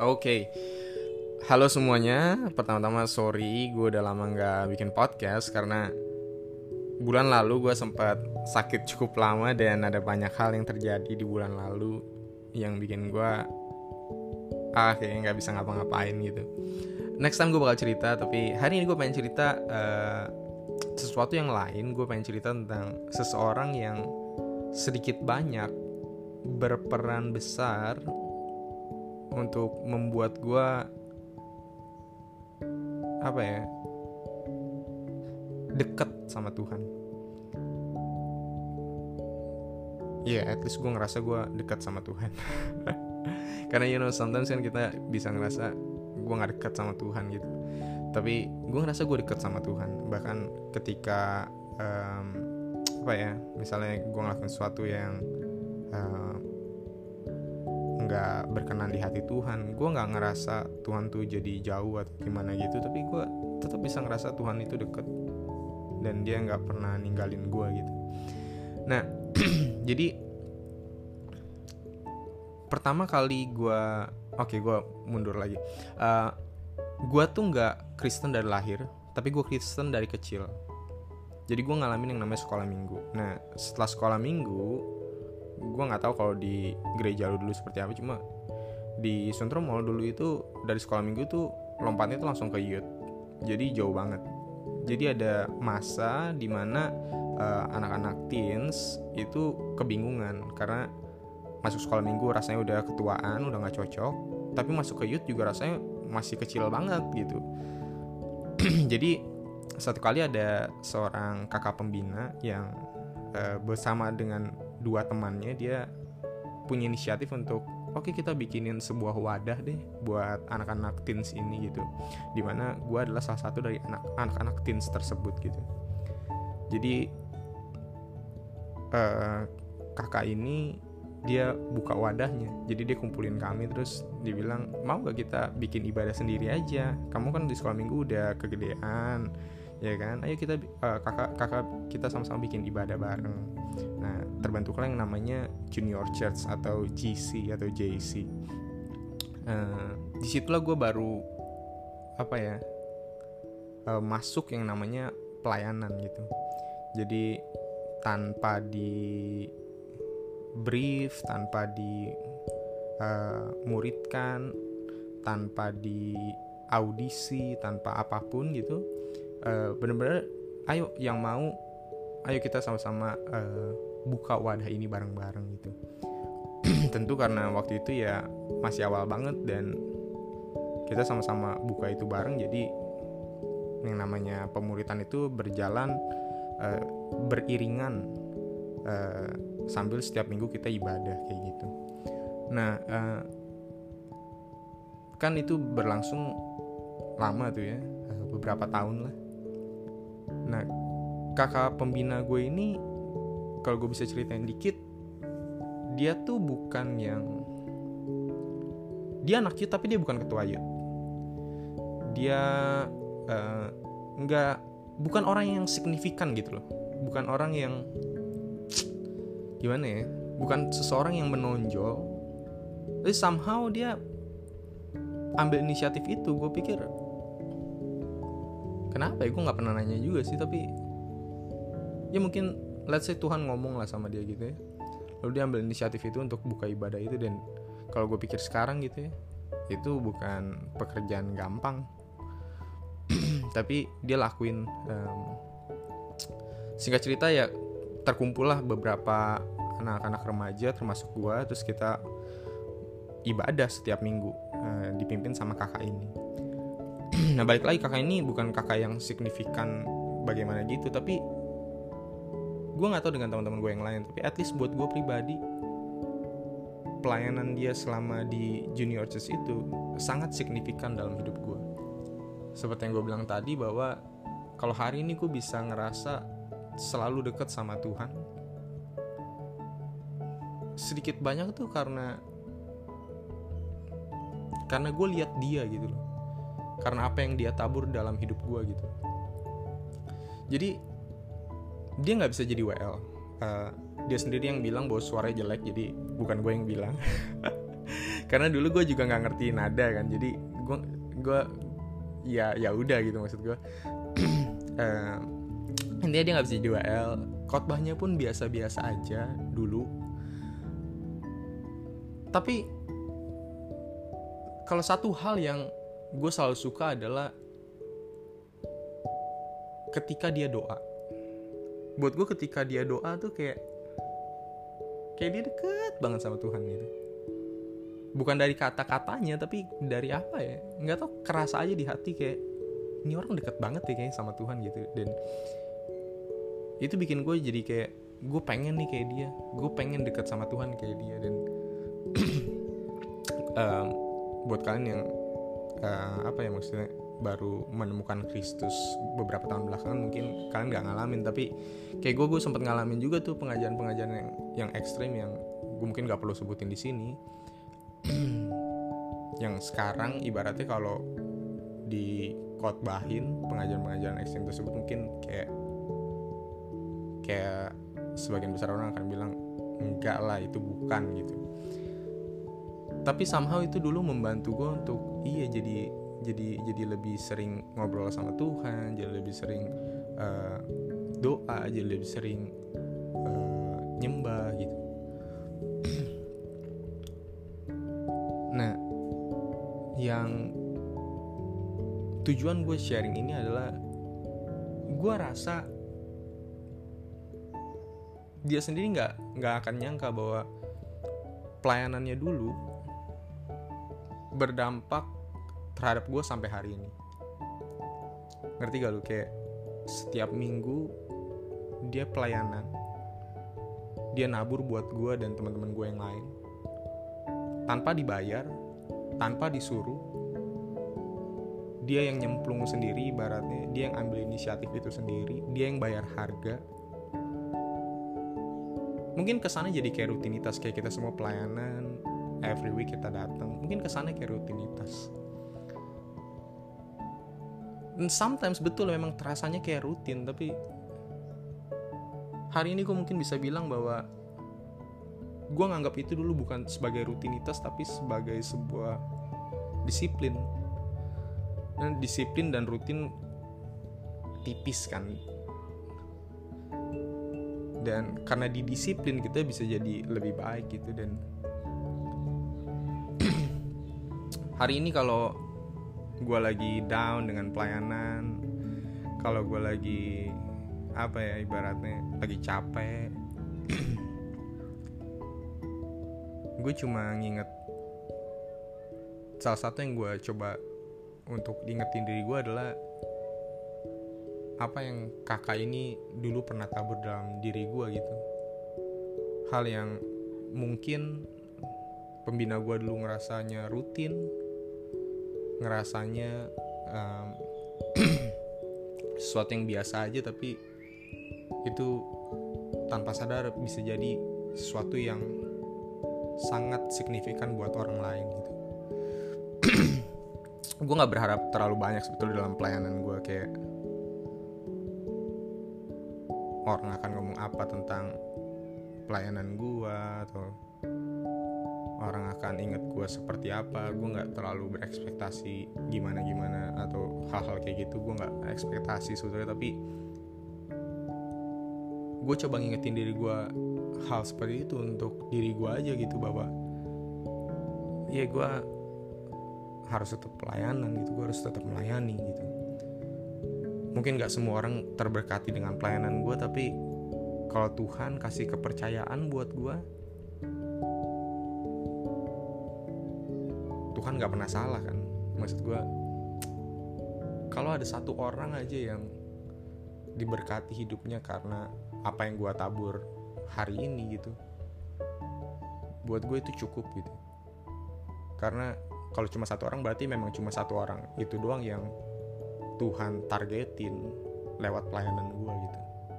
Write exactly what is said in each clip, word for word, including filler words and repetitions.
Oke, halo semuanya. Pertama-tama sorry, gue udah lama gak bikin podcast karena bulan lalu gue sempat sakit cukup lama dan ada banyak hal yang terjadi di bulan lalu yang bikin gue ah kayaknya gak bisa ngapa-ngapain gitu. Next time gue bakal cerita, tapi hari ini gue pengen cerita uh, sesuatu yang lain. Gue pengen cerita tentang seseorang yang sedikit banyak berperan besar untuk membuat gue apa ya deket sama Tuhan. Ya, yeah, at least gue ngerasa gue deket sama Tuhan. Karena you know sometimes kan kita bisa ngerasa gue nggak deket sama Tuhan gitu. Tapi gue ngerasa gue deket sama Tuhan. Bahkan ketika um, apa ya, misalnya gue ngelakuin sesuatu yang uh, nggak berkenan di hati Tuhan, gue nggak ngerasa Tuhan tuh jadi jauh atau gimana gitu, tapi gue tetap bisa ngerasa Tuhan itu deket dan dia nggak pernah ninggalin gue gitu. Nah, jadi pertama kali gue, oke okay, gue mundur lagi. Uh, gue tuh nggak Kristen dari lahir, tapi gue Kristen dari kecil. Jadi gue ngalamin yang namanya sekolah minggu. Nah, setelah sekolah minggu, gue nggak tahu kalau di gereja lu dulu seperti apa, cuma di Suntro Mall dulu itu dari sekolah minggu tuh lompatnya tuh langsung ke youth, jadi jauh banget. Jadi ada masa dimana uh, anak-anak teens itu kebingungan karena masuk sekolah minggu rasanya udah ketuaan, udah nggak cocok, tapi masuk ke youth juga rasanya masih kecil banget gitu. Jadi satu kali ada seorang kakak pembina yang uh, bersama dengan dua temannya, dia punya inisiatif untuk oke okay, kita bikinin sebuah wadah deh buat anak-anak teens ini gitu, dimana gue adalah salah satu dari anak, anak-anak teens tersebut gitu. Jadi uh, kakak ini dia buka wadahnya, jadi dia kumpulin kami, terus dia bilang mau gak kita bikin ibadah sendiri aja, kamu kan di sekolah minggu udah kegedean ya kan, ayo kita uh, kakak kakak kita sama-sama bikin ibadah bareng. Nah, terbentuklah yang namanya Junior Church atau G C atau J C. Uh, disitulah gue baru apa ya uh, masuk yang namanya pelayanan gitu. Jadi tanpa di brief, tanpa di uh, muridkan, tanpa di audisi, tanpa apapun gitu, uh, bener-bener ayo yang mau, ayo kita sama-sama uh, buka wadah ini bareng-bareng gitu. Tentu karena waktu itu ya masih awal banget dan kita sama-sama buka itu bareng, jadi yang namanya pemuritan itu berjalan uh, beriringan uh, sambil setiap minggu kita ibadah kayak gitu. Nah, uh, kan itu berlangsung lama tuh ya, uh, beberapa tahun lah. Nah, kakak pembina gue ini, kalau gue bisa ceritain dikit, dia tuh bukan yang, dia anak youth tapi dia bukan ketua youth. Dia uh, nggak, bukan orang yang signifikan gitu loh, bukan orang yang gimana ya, bukan seseorang yang menonjol. Tapi somehow dia ambil inisiatif itu. Gue pikir kenapa ya, gue nggak pernah nanya juga sih, tapi ya mungkin let's say Tuhan ngomong lah sama dia gitu ya, lalu dia ambil inisiatif itu untuk buka ibadah itu. Dan kalau gue pikir sekarang gitu ya, itu bukan pekerjaan gampang. Tapi dia lakuin. um, Singkat cerita ya, terkumpullah beberapa anak-anak remaja termasuk gue, terus kita ibadah setiap minggu, uh, dipimpin sama kakak ini. Nah, balik lagi, kakak ini bukan kakak yang signifikan bagaimana gitu, tapi gue nggak tahu dengan teman-teman gue yang lain, tapi at least buat gue pribadi, pelayanan dia selama di Junior Church itu sangat signifikan dalam hidup gue. Seperti yang gue bilang tadi, bahwa kalau hari ini gue bisa ngerasa selalu dekat sama Tuhan, sedikit banyak tuh karena karena gue lihat dia gitu loh, karena apa yang dia tabur dalam hidup gue gitu. Jadi dia nggak bisa jadi W L. Uh, dia sendiri yang bilang bahwa suaranya jelek, jadi bukan gue yang bilang. Karena dulu gue juga nggak ngerti nada kan, jadi gue gue ya ya udah gitu maksud gue. uh, intinya dia nggak bisa jadi W L, khotbahnya pun biasa-biasa aja dulu. Tapi kalau satu hal yang gue selalu suka adalah ketika dia doa. Buat gue ketika dia doa tuh kayak kayak dia deket banget sama Tuhan gitu. Bukan dari kata-katanya, tapi dari apa ya, nggak tau, kerasa aja di hati kayak ini orang deket banget ya kayaknya sama Tuhan gitu. Dan itu bikin gue jadi kayak gue pengen nih kayak dia, gue pengen deket sama Tuhan kayak dia. Dan um, buat kalian yang uh, apa ya maksudnya baru menemukan Kristus beberapa tahun belakangan, mungkin kalian nggak ngalamin, tapi kayak gue gue sempet ngalamin juga tuh pengajaran-pengajaran yang yang ekstrim yang gue mungkin nggak perlu sebutin di sini. Yang sekarang ibaratnya kalau di khotbahin pengajaran-pengajaran ekstrim tersebut mungkin kayak kayak sebagian besar orang akan bilang enggak lah, itu bukan gitu. Tapi somehow itu dulu membantu gue untuk iya jadi jadi jadi lebih sering ngobrol sama Tuhan, jadi lebih sering uh, doa, jadi lebih sering uh, nyembah gitu. Nah, yang tujuan gue sharing ini adalah gue rasa dia sendiri nggak nggak akan nyangka bahwa pelayanannya dulu berdampak terhadap gue sampai hari ini. Ngerti gak lu? Kayak setiap minggu dia pelayanan, dia nabur buat gue dan teman-teman gue yang lain tanpa dibayar, tanpa disuruh. Dia yang nyemplung sendiri ibaratnya, dia yang ambil inisiatif itu sendiri, dia yang bayar harga. Mungkin kesannya jadi kayak rutinitas, kayak kita semua pelayanan every week kita datang, mungkin kesannya kayak rutinitas. And sometimes betul memang terasanya kayak rutin, tapi hari ini gue mungkin bisa bilang bahwa gue nganggap itu dulu bukan sebagai rutinitas, tapi sebagai sebuah disiplin. Dan disiplin dan rutin tipis kan. Dan karena didisiplin kita bisa jadi lebih baik gitu. Dan hari ini kalau gue lagi down dengan pelayanan, kalau gue lagi apa ya ibaratnya lagi capek, gue cuma nginget salah satu yang gue coba untuk ingetin diri gue adalah apa yang kakak ini dulu pernah tabur dalam diri gue gitu. Hal yang mungkin pembina gue dulu ngerasanya rutin, ngerasanya um, sesuatu yang biasa aja, tapi itu tanpa sadar bisa jadi sesuatu yang sangat signifikan buat orang lain gitu. Gue nggak berharap terlalu banyak sebetulnya dalam pelayanan gue, kayak orang akan ngomong apa tentang pelayanan gue atau orang akan ingat gue seperti apa. Gue nggak terlalu berekspektasi gimana-gimana atau hal-hal kayak gitu. Gue nggak ekspektasi sebetulnya, tapi gue coba ngingetin diri gue hal seperti itu untuk diri gue aja gitu, bahwa ya gue harus tetap pelayanan gitu, gue harus tetap melayani gitu. Mungkin gak semua orang terberkati dengan pelayanan gue, tapi kalau Tuhan kasih kepercayaan buat gue, Tuhan gak pernah salah kan. Maksud gue, kalau ada satu orang aja yang diberkati hidupnya karena apa yang gue tabur hari ini gitu, buat gue itu cukup gitu. Karena kalau cuma satu orang berarti memang cuma satu orang itu doang yang Tuhan targetin lewat pelayanan gue gitu.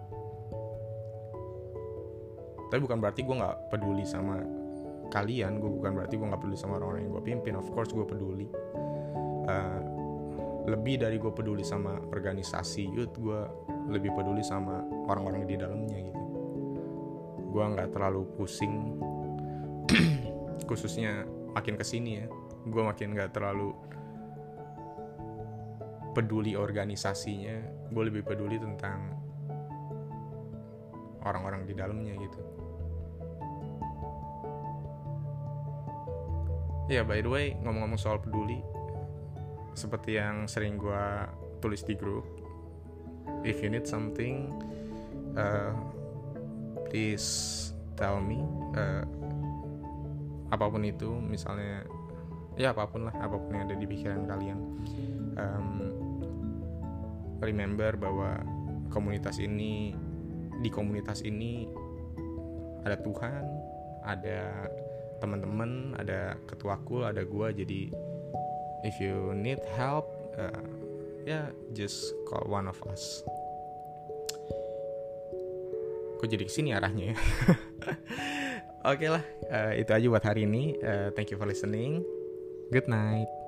Tapi bukan berarti gue gak peduli sama kalian, gue bukan berarti gue gak peduli sama orang-orang yang gue pimpin. Of course gue peduli, uh, lebih dari gue peduli sama organisasi youth, gue lebih peduli sama orang-orang di dalamnya gitu. Gue gak terlalu pusing khususnya makin kesini ya, gue makin gak terlalu peduli organisasinya, gue lebih peduli tentang orang-orang di dalamnya gitu. Ya, by the way, ngomong-ngomong soal peduli, seperti yang sering gue tulis di grup, if you need something, uh, please tell me. Uh, apapun itu, misalnya, ya apapun lah, apapun yang ada di pikiran kalian. Um, remember bahwa komunitas ini, di komunitas ini ada Tuhan, ada teman-teman, ada ketuaku, ada gua. Jadi if you need help, uh, ya yeah, just call one of us. Kok jadi kesini arahnya ya? Oke lah, uh, itu aja buat hari ini. Uh, thank you for listening. Good night.